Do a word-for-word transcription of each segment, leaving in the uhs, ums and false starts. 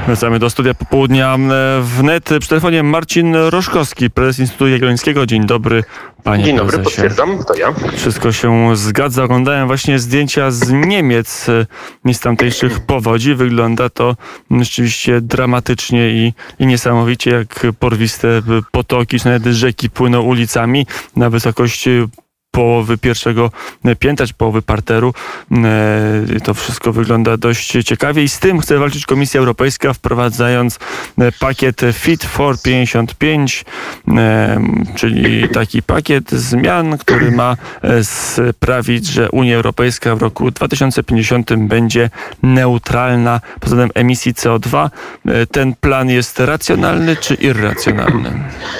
Wracamy do studia popołudnia wnet. Przy telefonie Marcin Roszkowski, prezes Instytutu Jagiellońskiego. Dzień dobry, panie Dzień dobry, prezesie. potwierdzam, to ja. Wszystko się zgadza. Oglądałem właśnie zdjęcia z Niemiec i z tamtejszych powodzi. Wygląda to rzeczywiście dramatycznie i, i niesamowicie, jak porwiste potoki, czy nawet rzeki płyną ulicami na wysokość połowy pierwszego piętra, czy połowy parteru. To wszystko wygląda dość ciekawie i z tym chce walczyć Komisja Europejska, wprowadzając pakiet Fit for pięćdziesiąt pięć, czyli taki pakiet zmian, który ma sprawić, że Unia Europejska w roku dwa tysiące pięćdziesiątym będzie neutralna pod względem emisji C O dwa. Ten plan jest racjonalny czy irracjonalny?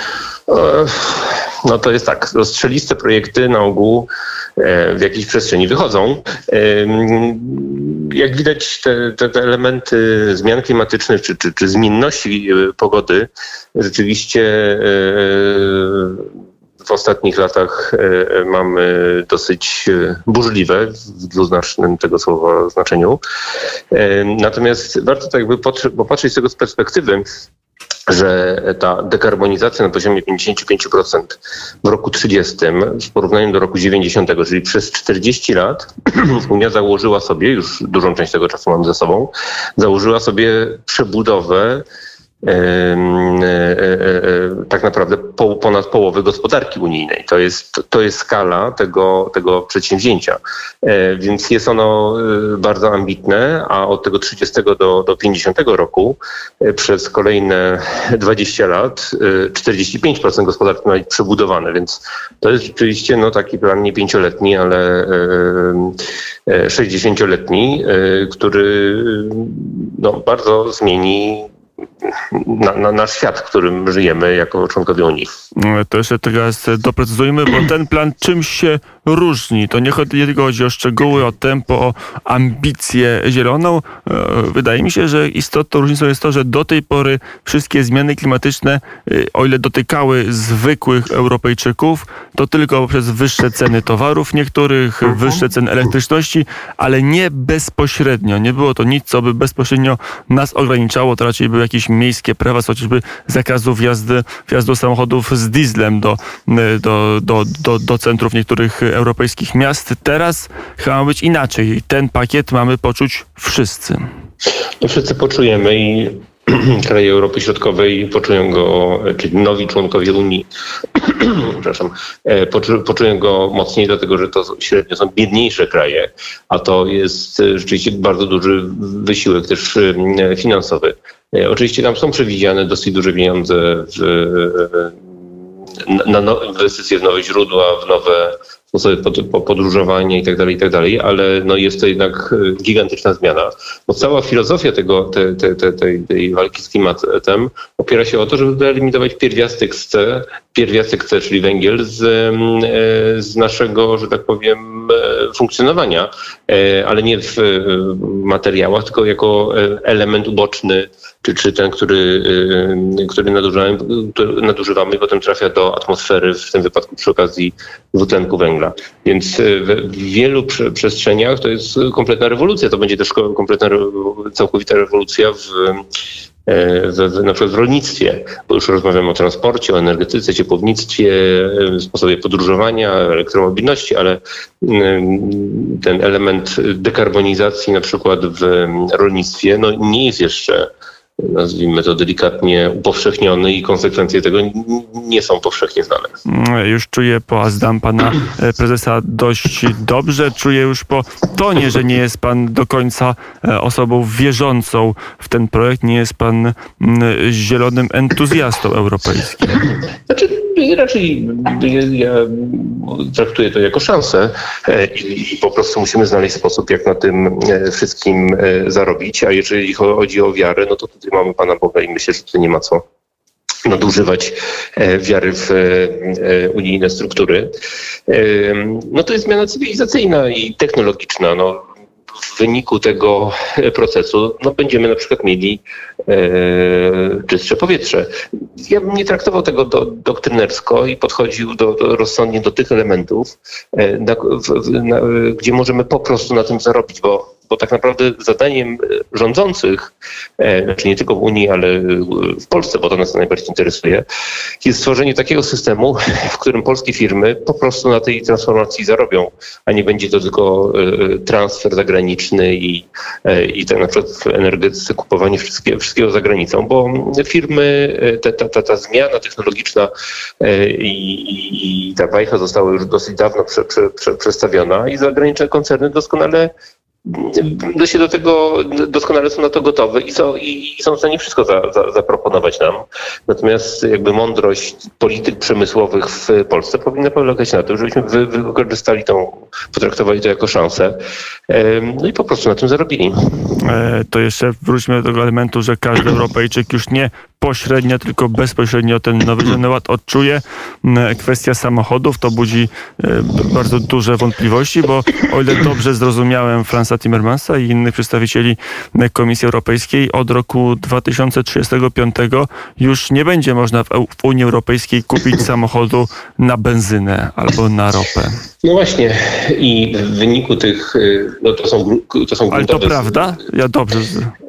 No to jest tak, strzeliste projekty na ogół w jakiejś przestrzeni wychodzą. Jak widać, te, te, te elementy zmian klimatycznych czy, czy, czy zmienności pogody rzeczywiście w ostatnich latach mamy dosyć burzliwe w dwuznacznym tego słowa znaczeniu. Natomiast warto tak jakby popatrzeć z tego z perspektywy, że ta dekarbonizacja na poziomie pięćdziesiąt pięć procent w roku trzydziestym w porównaniu do roku dziewięćdziesiątego, czyli przez czterdzieści lat Unia założyła sobie, już dużą część tego czasu mamy za sobą, założyła sobie przebudowę E, e, e, tak naprawdę po, ponad połowy gospodarki unijnej. To jest, to jest skala tego, tego przedsięwzięcia. E, więc jest ono bardzo ambitne, a od tego trzydziestego do, do pięćdziesiątego roku e, przez kolejne dwadzieścia lat e, czterdzieści pięć procent gospodarki ma być przebudowane, więc to jest rzeczywiście no, taki plan nie pięcioletni, ale e, e, sześćdziesięcioletni, e, który no, bardzo zmieni Na, na nasz świat, w którym żyjemy jako członkowie Unii. To jeszcze teraz doprecyzujmy, bo ten plan czymś się różni. To nie chodzi, nie tylko chodzi o szczegóły, o tempo, o ambicję zieloną. Wydaje mi się, że istotną różnicą jest to, że do tej pory wszystkie zmiany klimatyczne, o ile dotykały zwykłych Europejczyków, to tylko poprzez wyższe ceny towarów niektórych, mhm. wyższe ceny elektryczności, ale nie bezpośrednio. Nie było to nic, co by bezpośrednio nas ograniczało. To raczej były jakieś miejskie prawa, chociażby zakazu wjazdy, wjazdu samochodów z dieslem do, do, do, do, do centrów niektórych europejskich miast. Teraz chyba ma być inaczej. Ten pakiet mamy poczuć wszyscy. No wszyscy poczujemy i kraje Europy Środkowej poczują go, czyli nowi członkowie Unii, przepraszam, poczu, poczują go mocniej, dlatego że to średnio są biedniejsze kraje, a to jest rzeczywiście bardzo duży wysiłek też finansowy. Oczywiście tam są przewidziane dosyć duże pieniądze w, na, na inwestycje w nowe źródła, w nowe sposoby podróżowania i tak dalej, i tak dalej, ale no jest to jednak gigantyczna zmiana. Bo cała filozofia tego, te, te, te, tej, tej walki z klimatem opiera się o to, żeby wyeliminować pierwiastek C, pierwiastek C, czyli węgiel z, z naszego, że tak powiem, funkcjonowania, ale nie w materiałach, tylko jako element uboczny, czy, czy ten, który, który nadużywamy, który nadużywamy i potem trafia do atmosfery, w tym wypadku przy okazji dwutlenku węgla. Więc w wielu przestrzeniach to jest kompletna rewolucja. To będzie też kompletna, całkowita rewolucja w, w, w, na przykład w rolnictwie, bo już rozmawiamy o transporcie, o energetyce, ciepłownictwie, sposobie podróżowania, elektromobilności, ale ten element dekarbonizacji na przykład w rolnictwie no, nie jest jeszcze, nazwijmy to delikatnie, upowszechniony i konsekwencje tego nie są powszechnie znane. Już czuję po Azdam pana prezesa dość dobrze. Czuję już po tonie, że nie jest pan do końca osobą wierzącą w ten projekt. Nie jest pan zielonym entuzjastą europejskim. Znaczy, raczej ja traktuję to jako szansę i po prostu musimy znaleźć sposób, jak na tym wszystkim zarobić. A jeżeli chodzi o wiarę, no to tutaj mamy Pana Boga i myślę, że tutaj nie ma co nadużywać wiary w unijne struktury. No to jest zmiana cywilizacyjna i technologiczna. No, w wyniku tego procesu no, będziemy na przykład mieli e, czystsze powietrze. Ja bym nie traktował tego do, doktrynersko i podchodził do, do, rozsądnie do tych elementów, e, na, w, na, gdzie możemy po prostu na tym zarobić, bo bo tak naprawdę zadaniem rządzących, znaczy nie tylko w Unii, ale w Polsce, bo to nas najbardziej interesuje, jest stworzenie takiego systemu, w którym polskie firmy po prostu na tej transformacji zarobią, a nie będzie to tylko transfer zagraniczny i, i tak na przykład w energetyce kupowanie wszystkiego, wszystkiego za granicą, bo firmy, ta, ta, ta, ta zmiana technologiczna i, i, i ta wajcha została już dosyć dawno prze, prze, prze, przestawiona i zagraniczne koncerny doskonale do się do tego, doskonale są na to gotowe i są, i są w stanie wszystko za, za, zaproponować nam. Natomiast jakby mądrość polityk przemysłowych w Polsce powinna polegać na tym, żebyśmy wy, wykorzystali tą, potraktowali to jako szansę, no i po prostu na tym zarobili. To jeszcze wróćmy do tego elementu, że każdy Europejczyk już nie pośrednio, tylko bezpośrednio ten nowy Zielony Ład odczuje. Kwestia samochodów to budzi bardzo duże wątpliwości, bo o ile dobrze zrozumiałem Franza Timmermansa i innych przedstawicieli Komisji Europejskiej, od roku dwa tysiące trzydziestego piątego już nie będzie można w Unii Europejskiej kupić samochodu na benzynę albo na ropę. No właśnie i w wyniku tych, no to są to są Ale to prawda? Ja dobrze...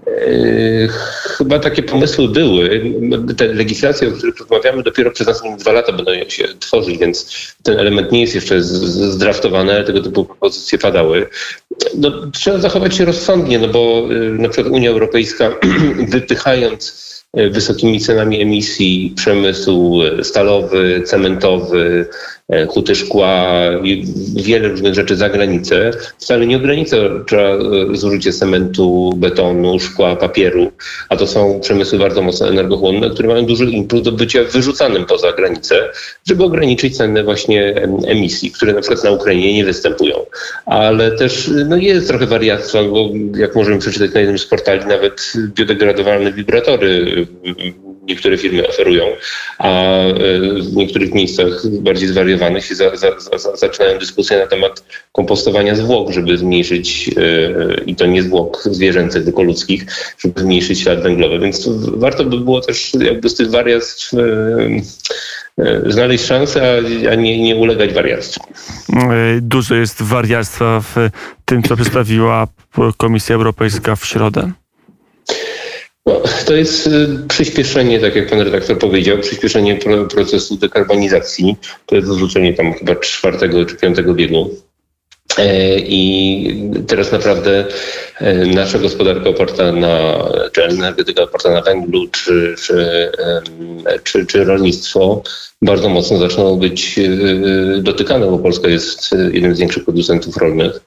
Chyba takie pomysły były. Te legislacje, o których rozmawiamy, dopiero przez następne dwa lata będą się tworzyć, więc ten element nie jest jeszcze zdraftowany, ale tego typu propozycje padały. No, trzeba zachować się rozsądnie, no bo na przykład Unia Europejska wypychając wysokimi cenami emisji przemysł stalowy, cementowy, huty szkła i wiele różnych rzeczy za granicę, wcale nie ogranicza zużycie cementu, betonu, szkła, papieru, a to są przemysły bardzo mocno energochłonne, które mają duży impuls do bycia wyrzucanym poza granicę, żeby ograniczyć ceny właśnie emisji, które na przykład na Ukrainie nie występują. Ale też no jest trochę wariactwa, bo jak możemy przeczytać na jednym z portali, nawet biodegradowalne wibratory niektóre firmy oferują, a w niektórych miejscach bardziej zwariowanych się za, za, za, zaczynają dyskusje na temat kompostowania zwłok, żeby zmniejszyć, yy, i to nie zwłok zwierzęcych, tylko ludzkich, żeby zmniejszyć ślad węglowy. Więc warto by było też jakby z tych wariactw yy, yy, znaleźć szansę, a nie, nie ulegać wariactwu. Dużo jest wariactwa w tym, co przedstawiła Komisja Europejska w środę. No, to jest przyspieszenie, tak jak pan redaktor powiedział, przyspieszenie pro, procesu dekarbonizacji. To jest odrzucenie tam chyba czwartego czy piątego biegu. I teraz naprawdę nasza gospodarka oparta na, czy energetyka oparta na węglu, czy, czy, czy, czy rolnictwo bardzo mocno zaczną być dotykane, bo Polska jest jednym z większych producentów rolnych.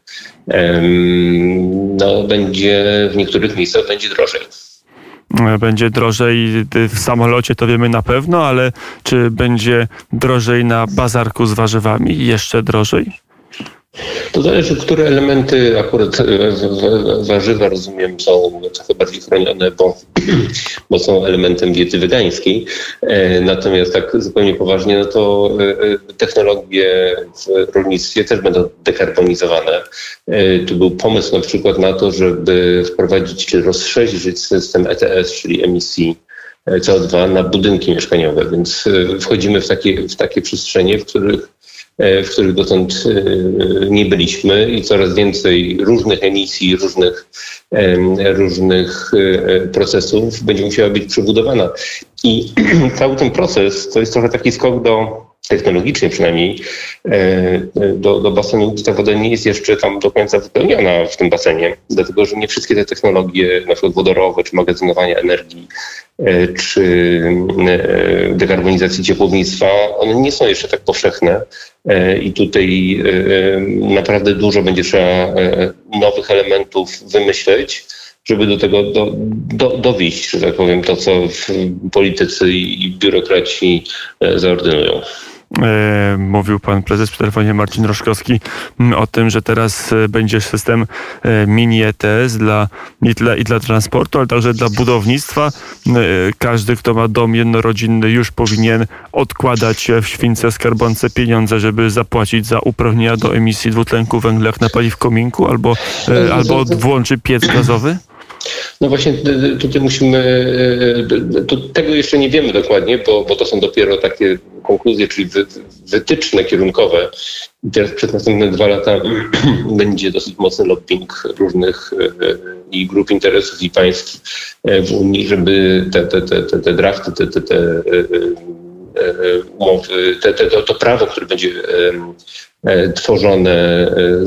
No, będzie w niektórych miejscach będzie drożej. Będzie drożej w samolocie, to wiemy na pewno, ale czy będzie drożej na bazarku z warzywami? Jeszcze drożej? To zależy, które elementy akurat warzywa, rozumiem, są trochę bardziej chronione, bo, bo są elementem diety wegańskiej. Natomiast tak zupełnie poważnie, no to technologie w rolnictwie też będą dekarbonizowane. Tu był pomysł na przykład na to, żeby wprowadzić czy rozszerzyć system E T S, czyli emisji C O dwa na budynki mieszkaniowe, więc wchodzimy w takie, w takie przestrzenie, w których w których dotąd nie byliśmy i coraz więcej różnych emisji, różnych, różnych procesów będzie musiała być przebudowana. I cały ten proces to jest trochę taki skok do, technologicznie przynajmniej, do, do basenu, gdzie ta woda nie jest jeszcze tam do końca wypełniona w tym basenie, dlatego że nie wszystkie te technologie, na przykład wodorowe, czy magazynowania energii, czy dekarbonizacji ciepłownictwa, one nie są jeszcze tak powszechne i tutaj naprawdę dużo będzie trzeba nowych elementów wymyśleć, żeby do tego do, do, dowieść, że tak powiem, to, co politycy i biurokraci zaordynują. Mówił pan prezes przy telefonie Marcin Roszkowski o tym, że teraz będzie system mini E T S dla, i, dla, i dla transportu, ale także dla budownictwa. Każdy, kto ma dom jednorodzinny, już powinien odkładać w śwince skarbonce pieniądze, żeby zapłacić za uprawnienia do emisji dwutlenku węgla, jak napali w kominku, albo, albo włączy piec gazowy? No właśnie tutaj musimy, to tego jeszcze nie wiemy dokładnie, bo, bo to są dopiero takie konkluzje, czyli wy, wytyczne kierunkowe. I teraz przez następne dwa lata będzie dosyć mocny lobbying różnych i grup interesów i państw w Unii, żeby te, te, te, te, te drafty, te, te, te umowy, te, te, to, to prawo, które będzie tworzone,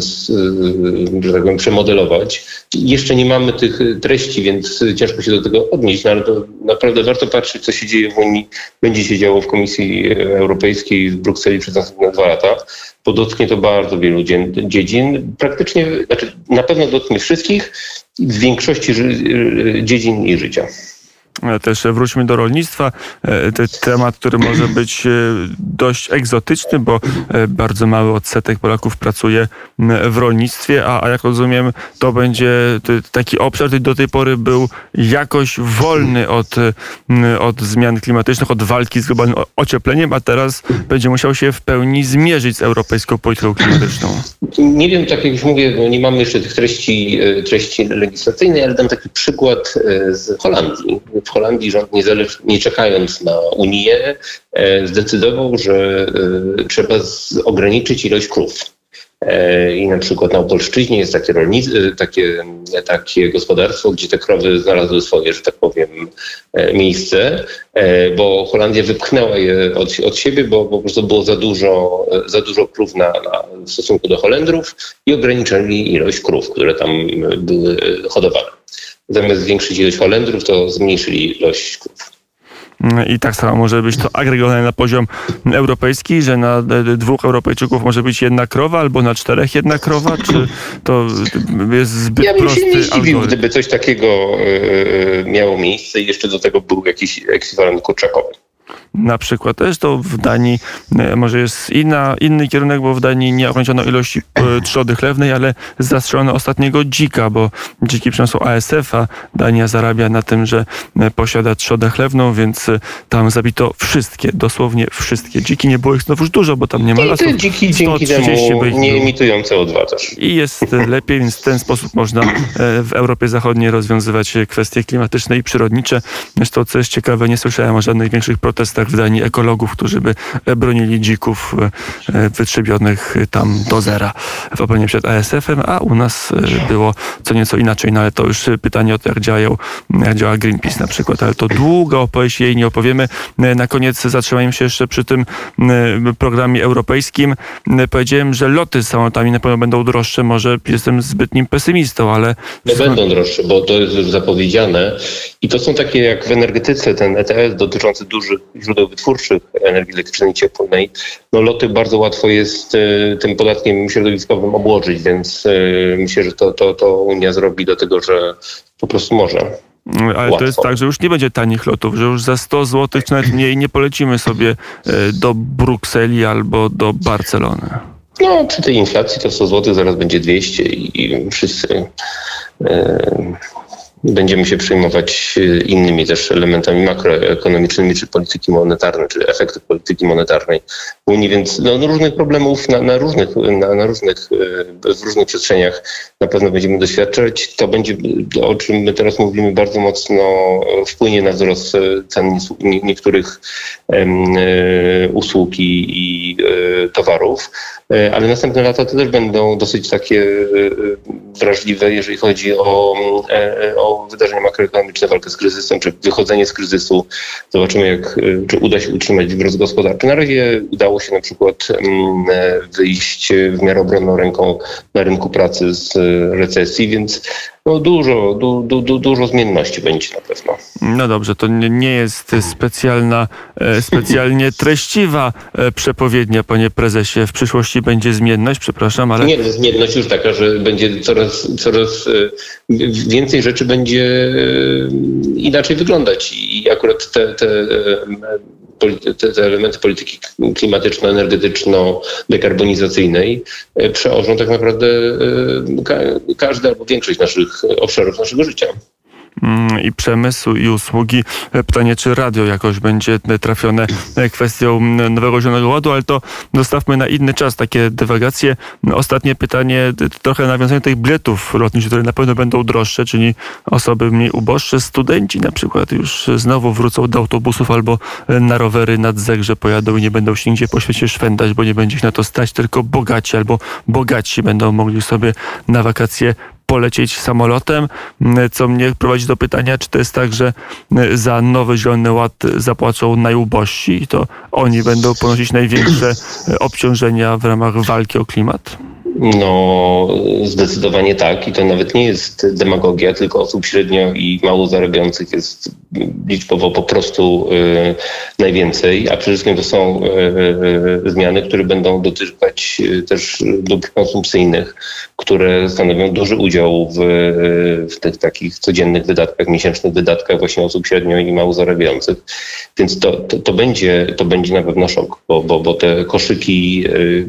że tak powiem, przemodelować. Jeszcze nie mamy tych treści, więc ciężko się do tego odnieść, no ale to naprawdę warto patrzeć, co się dzieje w Unii, będzie się działo w Komisji Europejskiej w Brukseli przez następne dwa lata, bo dotknie to bardzo wielu dziedzin, praktycznie, znaczy na pewno dotknie wszystkich, w większości dziedzin i życia. Też wróćmy do rolnictwa. To temat, który może być dość egzotyczny, bo bardzo mały odsetek Polaków pracuje w rolnictwie, a, a jak rozumiem, to będzie taki obszar, który do tej pory był jakoś wolny od, od zmian klimatycznych, od walki z globalnym ociepleniem, a teraz będzie musiał się w pełni zmierzyć z europejską polityką klimatyczną. Nie wiem, tak jak już mówię, no nie mamy jeszcze tych treści, treści legislacyjnej, ale dam taki przykład z Holandii. W Holandii rząd, nie czekając na Unię, zdecydował, że trzeba ograniczyć ilość krów. I na przykład na Opolszczyźnie jest takie, rolnicy, takie, takie gospodarstwo, gdzie te krowy znalazły swoje, że tak powiem, miejsce, bo Holandia wypchnęła je od, od siebie, bo po prostu było za dużo, za dużo krów na, na, w stosunku do Holendrów i ograniczyli ilość krów, które tam były hodowane. Zamiast zwiększyć ilość Holendrów, to zmniejszyli ilość krów. I tak samo może być to agregowane na poziom europejski, że na dwóch Europejczyków może być jedna krowa, albo na czterech jedna krowa, czy to jest zbyt prosty algorytm? Ja bym się nie zdziwił, gdyby coś takiego miało miejsce i jeszcze do tego był jakiś ekwiwalent kurczakowy. Na przykład też to w Danii może jest inna, inny kierunek, bo w Danii nie ograniczono ilości trzody chlewnej, ale zastrzelono ostatniego dzika, bo dziki przyniosą A S F, a Dania zarabia na tym, że posiada trzodę chlewną, więc tam zabito wszystkie, dosłownie wszystkie. Dziki, nie było ich znowuż dużo, bo tam nie ma I lasów. te dziki dzięki temu nie emitują C O dwa też. I jest lepiej, więc w ten sposób można w Europie Zachodniej rozwiązywać kwestie klimatyczne i przyrodnicze. Zresztą, co jest ciekawe, nie słyszałem o żadnych większych protestach w Danii ekologów, którzy by bronili dzików wytrzebionych tam do zera w obronie przed A S F-em, a u nas było co nieco inaczej, no ale to już pytanie o to, jak, działają, jak działa Greenpeace na przykład, ale to długa opowieść, jej nie opowiemy. Na koniec zatrzymajmy się jeszcze przy tym programie europejskim. Powiedziałem, że loty z samolotami na pewno będą droższe, może jestem zbytnim pesymistą, ale... Nie będą droższe, bo to jest już zapowiedziane i to są takie jak w energetyce, ten E T S dotyczący dużych źródeł wytwórczych energii elektrycznej i cieplnej, no loty bardzo łatwo jest y, tym podatkiem środowiskowym obłożyć, więc y, myślę, że to, to, to Unia zrobi do tego, że po prostu może. Ale łatwo. To jest tak, że już nie będzie tanich lotów, że już za sto złotych czy nawet mniej nie polecimy sobie y, do Brukseli albo do Barcelony. No przy tej inflacji to sto złotych zaraz będzie dwieście i, i wszyscy... Y, Będziemy się przejmować innymi też elementami makroekonomicznymi, czy polityki monetarnej, czy efektów polityki monetarnej w Unii, więc no, no różnych problemów na, na różnych, na, na różnych, w różnych przestrzeniach na pewno będziemy doświadczać. To będzie, o czym my teraz mówimy, bardzo mocno wpłynie na wzrost cen niektórych usług i, i towarów, ale następne lata to też będą dosyć takie wrażliwe, jeżeli chodzi o, o wydarzenia makroekonomiczne, walkę z kryzysem, czy wychodzenie z kryzysu. Zobaczymy, jak, czy uda się utrzymać wzrost gospodarczy. Na razie udało się na przykład wyjść w miarę obronną ręką na rynku pracy z recesji, więc no dużo, du, du, du, dużo zmienności będzie na pewno. No dobrze, to nie jest specjalna, specjalnie treściwa przepowiednia, panie prezesie. W przyszłości będzie zmienność, przepraszam, ale... Nie, zmienność już taka, że będzie coraz, coraz więcej rzeczy będzie inaczej wyglądać i akurat te, te, te, te elementy polityki klimatyczno-energetyczno-dekarbonizacyjnej przełożą tak naprawdę każde albo większość naszych obszarów naszego życia. i przemysł, i usługi. Pytanie, czy radio jakoś będzie trafione kwestią nowego Zielonego Ładu, ale to zostawmy na inny czas takie dywagacje. Ostatnie pytanie, trochę nawiązanie tych biletów lotniczych, które na pewno będą droższe, czyli osoby mniej uboższe, studenci na przykład już znowu wrócą do autobusów albo na rowery nad Zegrze pojadą i nie będą się nigdzie po świecie szwendać, bo nie będzie ich na to stać, tylko bogaci albo bogatsi będą mogli sobie na wakacje polecieć samolotem, co mnie prowadzi do pytania, czy to jest tak, że za nowy Zielony Ład zapłacą najubożsi i to oni będą ponosić największe obciążenia w ramach walki o klimat? No, zdecydowanie tak i to nawet nie jest demagogia, tylko osób średnio i mało zarabiających jest liczbowo po prostu y, najwięcej, a przede wszystkim to są y, y, zmiany, które będą dotykać y, też dóbr konsumpcyjnych, które stanowią duży udział w, w tych takich codziennych wydatkach, miesięcznych wydatkach właśnie osób średnio i mało zarabiających. Więc to, to, to, będzie, to będzie na pewno szok, bo, bo, bo te koszyki y,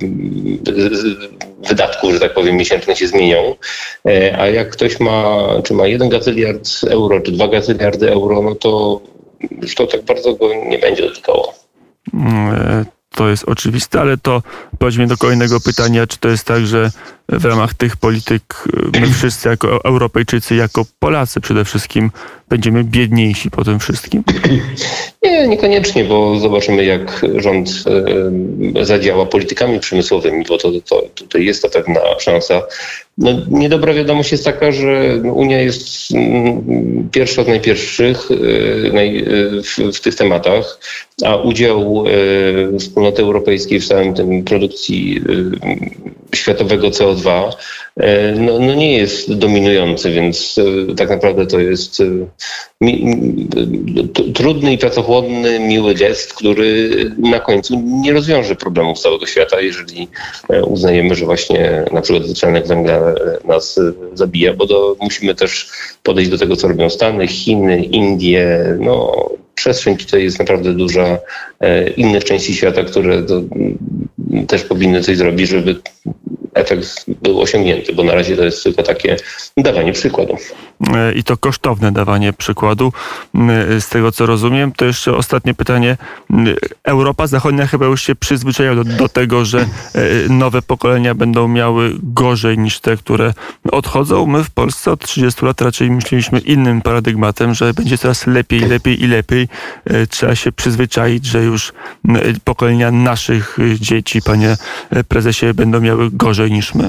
y, wydatków, że tak powiem, miesięczne się zmienią, a jak ktoś ma, czy ma jeden gazyliard euro, czy dwa gazyliardy euro, no to już to tak bardzo go nie będzie dotykało. To jest oczywiste, ale to prowadzi mnie do kolejnego pytania, czy to jest tak, że w ramach tych polityk my wszyscy jako Europejczycy, jako Polacy przede wszystkim będziemy biedniejsi po tym wszystkim? Nie, niekoniecznie, bo zobaczymy, jak rząd y, zadziała politykami przemysłowymi, bo to, to, tutaj jest ta pewna szansa. No, niedobra wiadomość jest taka, że Unia jest y, pierwsza z najpierwszych y, naj, y, w, w tych tematach, a udział y, Wspólnoty Europejskiej w całym tym produkcji y, światowego C O dwa no, no nie jest dominujący, więc tak naprawdę to jest mi, t, trudny i pracochłonny, miły gest, który na końcu nie rozwiąże problemów całego świata, jeżeli uznajemy, że właśnie na przykład dwutlenek węgla nas zabija, bo to musimy też podejść do tego, co robią Stany, Chiny, Indie, no przestrzeń tutaj jest naprawdę duża, innych części świata, które to, też powinny coś zrobić, żeby efekt był osiągnięty, bo na razie to jest tylko takie dawanie przykładu. I to kosztowne dawanie przykładu. Z tego, co rozumiem, to jeszcze ostatnie pytanie. Europa Zachodnia chyba już się przyzwyczaiła do, do tego, że nowe pokolenia będą miały gorzej niż te, które odchodzą. My w Polsce od trzydziestu lat raczej myśleliśmy innym paradygmatem, że będzie coraz lepiej, lepiej i lepiej. Trzeba się przyzwyczaić, że już pokolenia naszych dzieci, panie prezesie, będą miały gorzej niż my.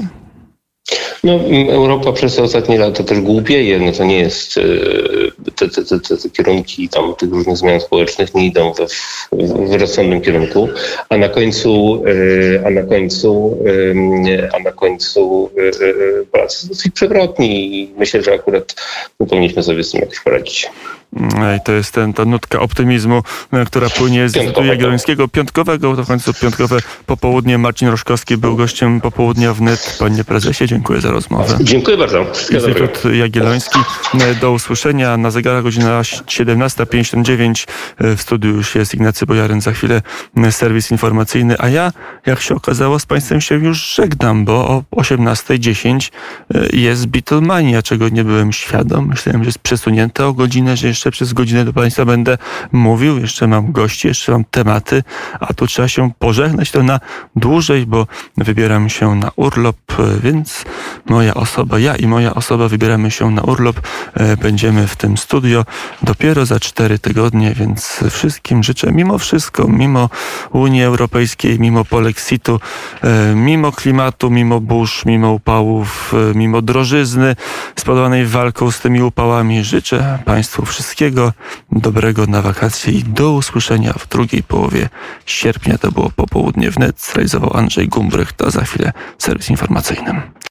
No, Europa przez te ostatnie lata też głupieje, no to nie jest, te, te, te, te kierunki tam tych różnych zmian społecznych nie idą we, w rozsądnym kierunku, a na końcu, a na końcu, a na końcu Polacy są dosyć przewrotni i myślę, że akurat my powinniśmy sobie z tym jakoś poradzić. I to jest ten, ta nutka optymizmu, która płynie z Instytutu Jagiellońskiego. Piątkowego, to w końcu piątkowe popołudnie. Marcin Roszkowski był gościem popołudnia w N E T. Panie prezesie, dziękuję za rozmowę. Dziękuję bardzo. Instytut Jagielloński. Do usłyszenia. Na zegarach godzina siedemnasta pięćdziesiąt dziewięć. W studiu już jest Ignacy Bojaryn. Za chwilę serwis informacyjny. A ja, jak się okazało, z państwem się już żegnam, bo o osiemnasta dziesięć jest Beatlemania, czego nie byłem świadom. Myślałem, że jest przesunięte o godzinę, że jeszcze przez godzinę do państwa będę mówił. Jeszcze mam gości, jeszcze mam tematy, a tu trzeba się pożegnać to na dłużej, bo wybieram się na urlop, więc moja osoba, ja i moja osoba wybieramy się na urlop. Będziemy w tym studio dopiero za cztery tygodnie, więc wszystkim życzę mimo wszystko, mimo Unii Europejskiej, mimo polexitu, mimo klimatu, mimo burz, mimo upałów, mimo drożyzny spowodowanej walką z tymi upałami, życzę państwu wszystkiego dobrego na wakacje i do usłyszenia w drugiej połowie sierpnia. To było popołudnie w N E T. Zrealizował Andrzej Gumbrych. To za chwilę serwis informacyjny.